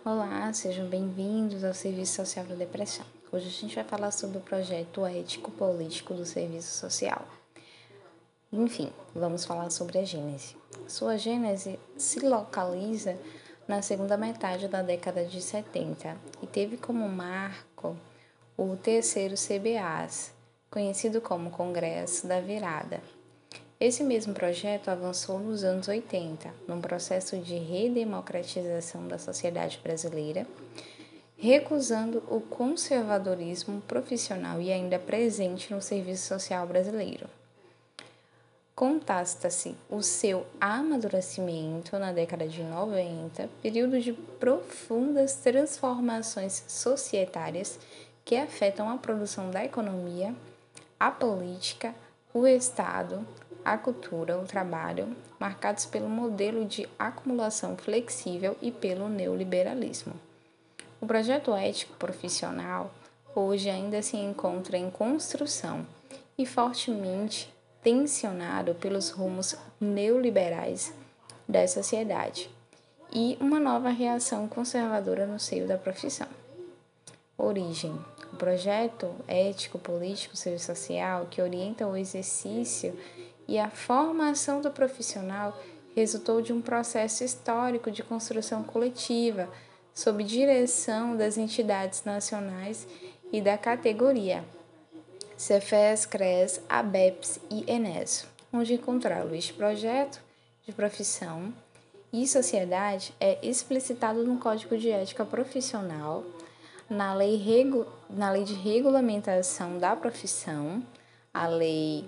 Olá, sejam bem-vindos ao Serviço Social da Depressão. Hoje a gente vai falar sobre o projeto ético-político do serviço social. Enfim, vamos falar sobre a gênese. Sua gênese se localiza na segunda metade da década de 70 e teve como marco o terceiro CBAS, conhecido como Congresso da Virada. Esse mesmo projeto avançou nos anos 80, num processo de redemocratização da sociedade brasileira, recusando o conservadorismo profissional e ainda presente no serviço social brasileiro. Constata-se o seu amadurecimento na década de 90, período de profundas transformações societárias que afetam a produção da economia, a política, o Estado, a cultura, o trabalho, marcados pelo modelo de acumulação flexível e pelo neoliberalismo. O projeto ético profissional hoje ainda se encontra em construção e fortemente tensionado pelos rumos neoliberais da sociedade e uma nova reação conservadora no seio da profissão. Origem. O projeto ético-político serviço social que orienta o exercício e a formação do profissional resultou de um processo histórico de construção coletiva sob direção das entidades nacionais e da categoria Cefes, CRES, ABEPS e ENESO, onde encontrá-lo. Este projeto de profissão e sociedade é explicitado no Código de Ética Profissional, na lei de regulamentação da profissão, a Lei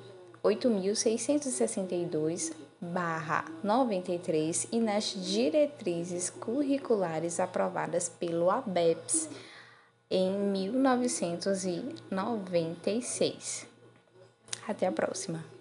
8.662/93 e nas diretrizes curriculares aprovadas pelo ABEPS em 1996. Até a próxima!